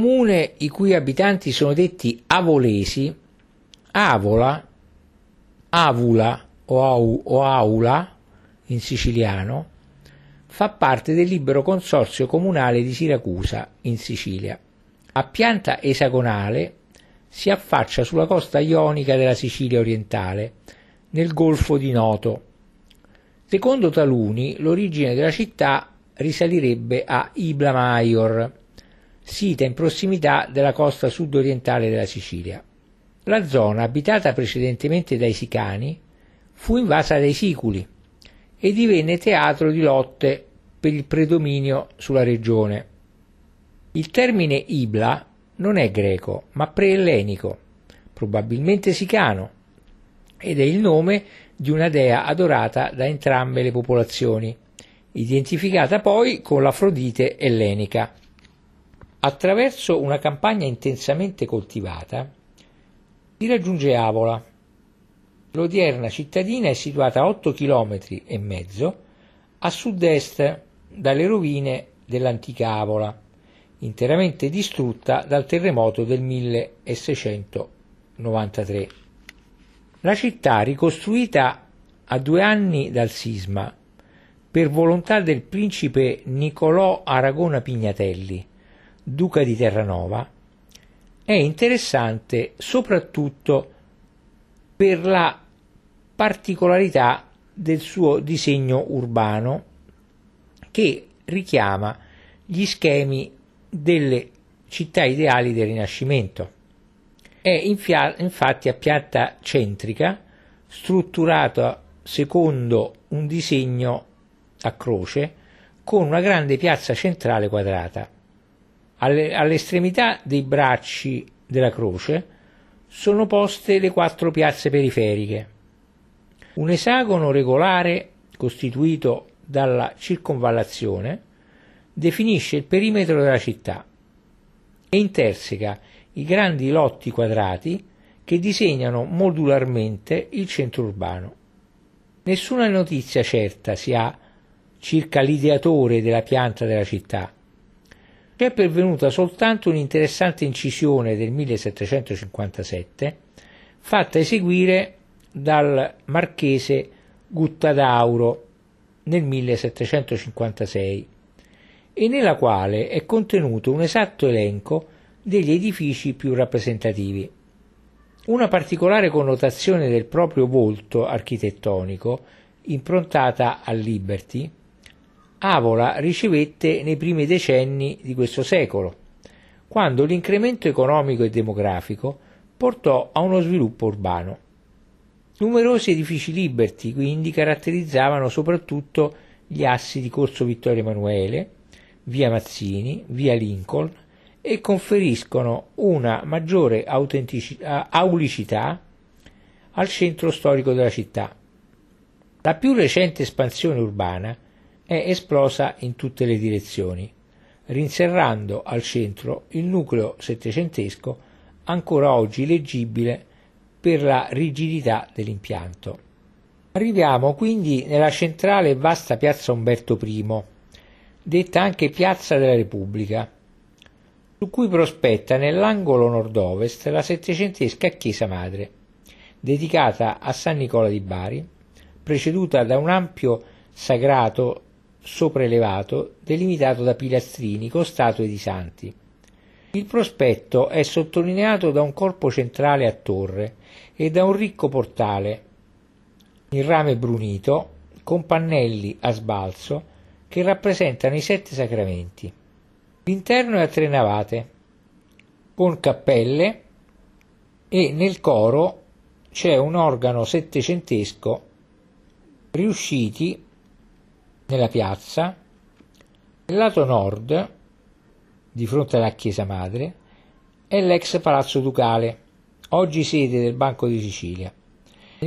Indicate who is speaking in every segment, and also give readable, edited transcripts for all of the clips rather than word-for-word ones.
Speaker 1: comune i cui abitanti sono detti avolesi, Avola, Avula o Aula in siciliano, fa parte del libero consorzio comunale di Siracusa in Sicilia. A pianta esagonale si affaccia sulla costa ionica della Sicilia orientale, nel golfo di Noto. Secondo taluni, l'origine della città risalirebbe a Ibla Maior, sita in prossimità della costa sud-orientale della Sicilia. La zona, abitata precedentemente dai Sicani, fu invasa dai Siculi e divenne teatro di lotte per il predominio sulla regione. Il termine Ibla non è greco, ma preellenico, probabilmente sicano, ed è il nome di una dea adorata da entrambe le popolazioni, identificata poi con l'Afrodite ellenica. Attraverso una campagna intensamente coltivata si raggiunge Avola. L'odierna cittadina è situata a 8,5 km a sud-est dalle rovine dell'antica Avola, interamente distrutta dal terremoto del 1693. La città, ricostruita a 2 anni dal sisma per volontà del principe Niccolò Aragona Pignatelli, duca di Terranova, è interessante soprattutto per la particolarità del suo disegno urbano che richiama gli schemi delle città ideali del Rinascimento. È infatti a pianta centrica, strutturata secondo un disegno a croce, con una grande piazza centrale quadrata. All'estremità dei bracci della croce sono poste le 4 piazze periferiche. Un esagono regolare, costituito dalla circonvallazione, definisce il perimetro della città e interseca i grandi lotti quadrati che disegnano modularmente il centro urbano. Nessuna notizia certa si ha circa l'ideatore della pianta della città. C'è pervenuta soltanto un'interessante incisione del 1757 fatta eseguire dal marchese Guttadauro nel 1756 e nella quale è contenuto un esatto elenco degli edifici più rappresentativi. Una particolare connotazione del proprio volto architettonico, improntata al Liberty, Avola ricevette nei primi decenni di questo secolo, quando l'incremento economico e demografico portò a uno sviluppo urbano. Numerosi edifici Liberty quindi caratterizzavano soprattutto gli assi di Corso Vittorio Emanuele, via Mazzini, via Lincoln e conferiscono una maggiore aulicità al centro storico della città. La più recente espansione urbana è esplosa in tutte le direzioni, rinserrando al centro il nucleo settecentesco ancora oggi leggibile per la rigidità dell'impianto. Arriviamo quindi nella centrale e vasta piazza Umberto I, detta anche Piazza della Repubblica, su cui prospetta nell'angolo nord-ovest la settecentesca chiesa madre, dedicata a San Nicola di Bari, preceduta da un ampio sagrato sopraelevato delimitato da pilastrini con statue di santi. Il prospetto è sottolineato da un corpo centrale a torre e da un ricco portale in rame brunito con pannelli a sbalzo che rappresentano i 7 sacramenti. L'interno è a 3 navate con cappelle e nel coro c'è un organo settecentesco. Riusciti nella piazza, nel lato nord, di fronte alla chiesa madre, è l'ex palazzo ducale, oggi sede del Banco di Sicilia. Nel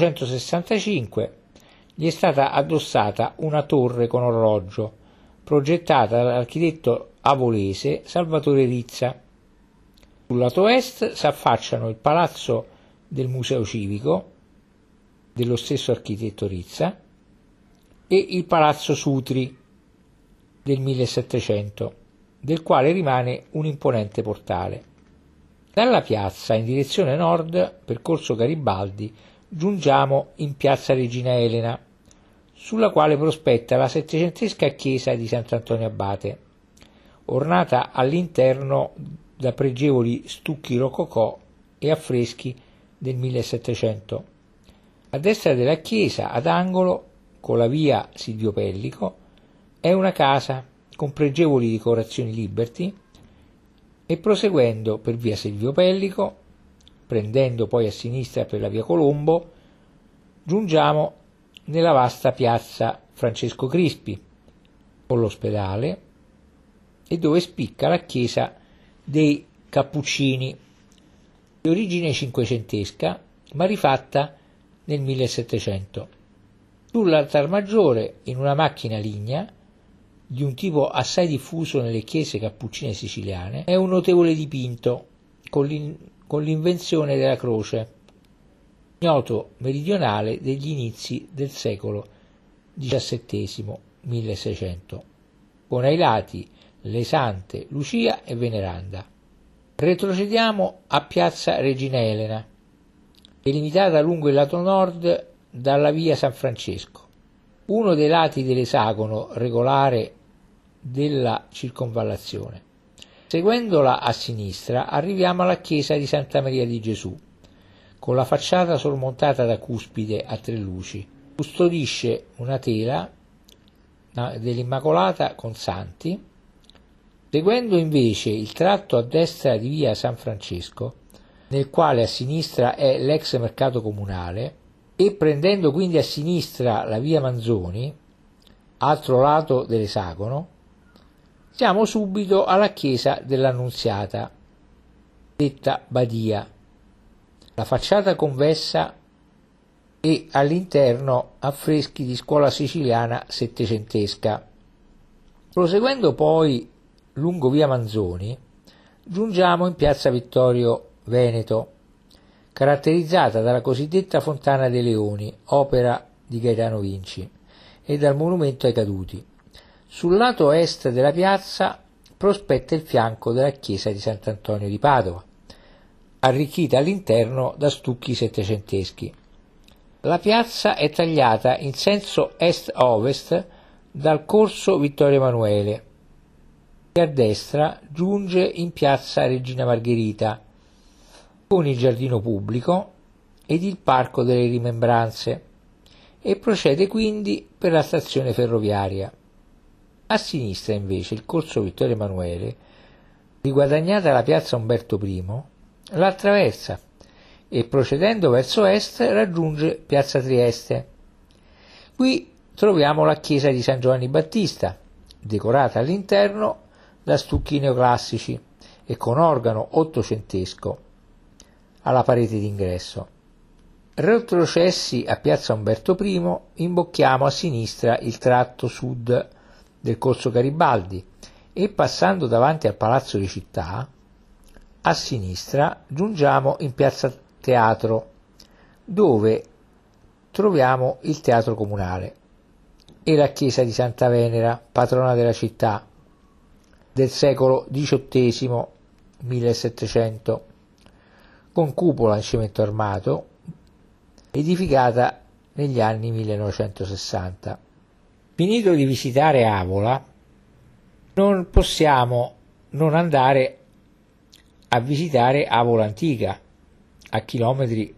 Speaker 1: 1865 gli è stata addossata una torre con orologio, progettata dall'architetto avolese Salvatore Rizza. Sul lato est si affacciano il palazzo del Museo Civico, dello stesso architetto Rizza, e il Palazzo Sutri del 1700. del quale rimane un imponente portale. Dalla piazza in direzione nord, percorso Garibaldi, giungiamo in piazza Regina Elena, sulla quale prospetta la settecentesca chiesa di Sant'Antonio Abate, ornata all'interno da pregevoli stucchi rococò e affreschi del 1700. A destra della chiesa, ad angolo con la via Silvio Pellico, è una casa con pregevoli decorazioni Liberty, e proseguendo per via Silvio Pellico, prendendo poi a sinistra per la via Colombo, giungiamo nella vasta piazza Francesco Crispi, con l'ospedale, e dove spicca la chiesa dei Cappuccini, di origine cinquecentesca, ma rifatta nel 1700. Sull'altar maggiore, in una macchina lignea, di un tipo assai diffuso nelle chiese cappuccine siciliane, è un notevole dipinto con l'invenzione della croce, ignoto meridionale degli inizi del secolo XVII, 1600, con ai lati le sante Lucia e Veneranda. Retrocediamo a piazza Regina Elena, delimitata lungo il lato nord dalla via San Francesco. Uno dei lati dell'esagono regolare della circonvallazione. Seguendola a sinistra arriviamo alla chiesa di Santa Maria di Gesù, con la facciata sormontata da cuspide a tre luci. Custodisce una tela dell'Immacolata con santi. Seguendo invece il tratto a destra di via San Francesco, nel quale a sinistra è l'ex mercato comunale, e prendendo quindi a sinistra la via Manzoni, altro lato dell'esagono, siamo subito alla chiesa dell'Annunziata, detta Badia, la facciata convessa e all'interno affreschi di scuola siciliana settecentesca. Proseguendo poi lungo via Manzoni, giungiamo in piazza Vittorio Veneto, caratterizzata dalla cosiddetta Fontana dei Leoni, opera di Gaetano Vinci, e dal monumento ai caduti. Sul lato est della piazza prospetta il fianco della chiesa di Sant'Antonio di Padova, arricchita all'interno da stucchi settecenteschi. La piazza è tagliata in senso est-ovest dal corso Vittorio Emanuele, e a destra giunge in piazza Regina Margherita, con il giardino pubblico ed il parco delle Rimembranze, e procede quindi per la stazione ferroviaria. A sinistra invece il corso Vittorio Emanuele, riguadagnata la piazza Umberto I, la attraversa e procedendo verso est raggiunge piazza Trieste. Qui troviamo la chiesa di San Giovanni Battista, decorata all'interno da stucchi neoclassici e con organo ottocentesco alla parete d'ingresso. Retrocessi a piazza Umberto I, imbocchiamo a sinistra il tratto sud del corso Garibaldi e passando davanti al Palazzo di Città, a sinistra giungiamo in piazza Teatro, dove troviamo il teatro comunale e la chiesa di Santa Venera, patrona della città, del secolo XVIII, 1700, con cupola in cemento armato, edificata negli anni 1960. Finito di visitare Avola, non possiamo non andare a visitare Avola Antica, a chilometri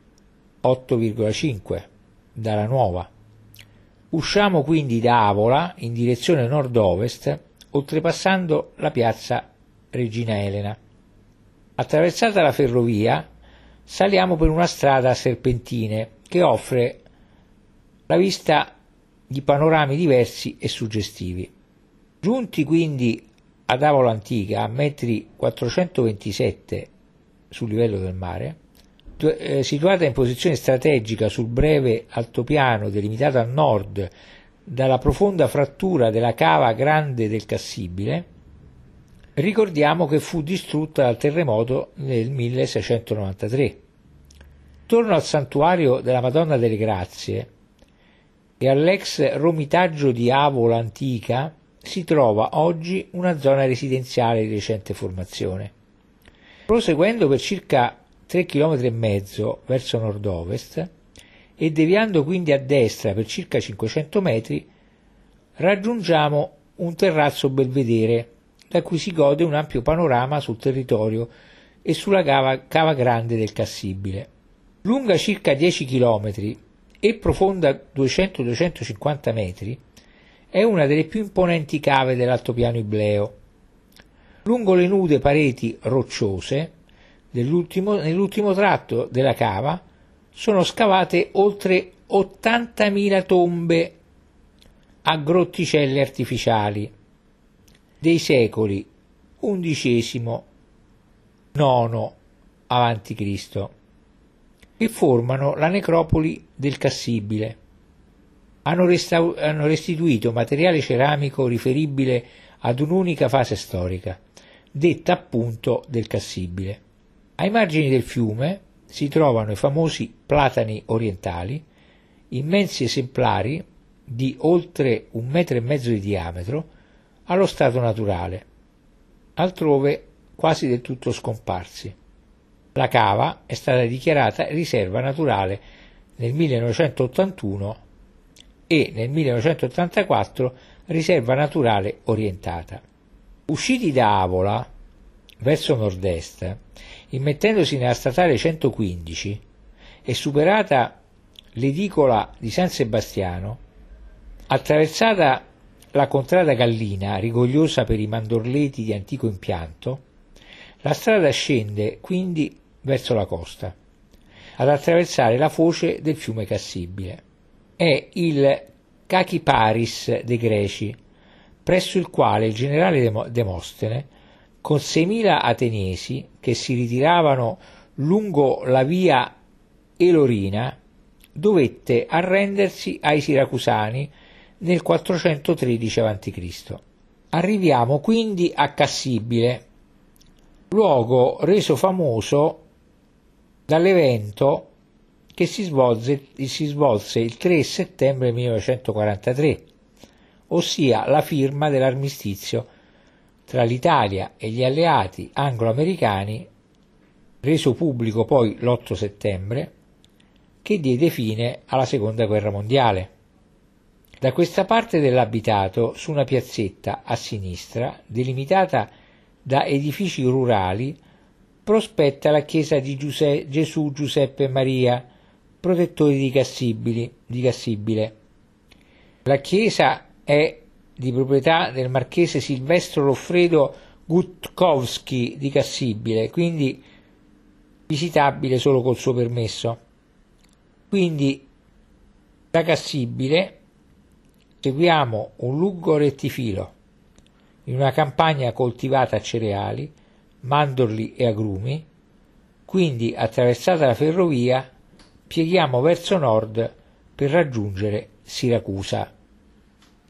Speaker 1: 8,5 dalla nuova. Usciamo quindi da Avola in direzione nord-ovest, oltrepassando la piazza Regina Elena. Attraversata la ferrovia, saliamo per una strada a serpentine che offre la vista di panorami diversi e suggestivi. Giunti quindi ad Avola Antica, a metri 427 sul livello del mare, situata in posizione strategica sul breve altopiano delimitato a nord dalla profonda frattura della cava Grande del Cassibile, ricordiamo che fu distrutta dal terremoto nel 1693. Attorno al santuario della Madonna delle Grazie e all'ex romitaggio di Avola Antica si trova oggi una zona residenziale di recente formazione. Proseguendo per circa 3,5 km verso nord-ovest e deviando quindi a destra per circa 500 metri, raggiungiamo un terrazzo belvedere da cui si gode un ampio panorama sul territorio e sulla cava grande del Cassibile. Lunga circa 10 km e profonda 200-250 metri, è una delle più imponenti cave dell'Altopiano Ibleo. Lungo le nude pareti rocciose nell'ultimo tratto della cava sono scavate oltre 80.000 tombe a grotticelle artificiali dei secoli XI, IX a.C., che formano la necropoli del Cassibile. Hanno restituito materiale ceramico riferibile ad un'unica fase storica, detta appunto del Cassibile. Ai margini del fiume si trovano i famosi platani orientali, immensi esemplari di oltre 1,5 metri di diametro, allo stato naturale, altrove quasi del tutto scomparsi. La cava è stata dichiarata riserva naturale nel 1981 e nel 1984 riserva naturale orientata. Usciti da Avola verso nord-est, immettendosi nella statale 115 e superata l'edicola di San Sebastiano, attraversata la contrada Gallina, rigogliosa per i mandorleti di antico impianto, la strada scende quindi verso la costa, ad attraversare la foce del fiume Cassibile. È il Kakiparis dei Greci, presso il quale il generale Demostene, con 6.000 ateniesi che si ritiravano lungo la via Elorina, dovette arrendersi ai siracusani nel 413 a.C. Arriviamo quindi a Cassibile, luogo reso famoso dall'evento che si svolse il 3 settembre 1943, ossia la firma dell'armistizio tra l'Italia e gli alleati anglo-americani, reso pubblico poi l'8 settembre, che diede fine alla Seconda Guerra Mondiale. Da questa parte dell'abitato, su una piazzetta a sinistra, delimitata da edifici rurali, prospetta la chiesa di Gesù, Giuseppe e Maria, protettori di Cassibile. La chiesa è di proprietà del marchese Silvestro Loffredo Gutkowski di Cassibile, quindi visitabile solo col suo permesso. Quindi da Cassibile seguiamo un lungo rettifilo in una campagna coltivata a cereali, mandorli e agrumi, quindi attraversata la ferrovia pieghiamo verso nord per raggiungere Siracusa.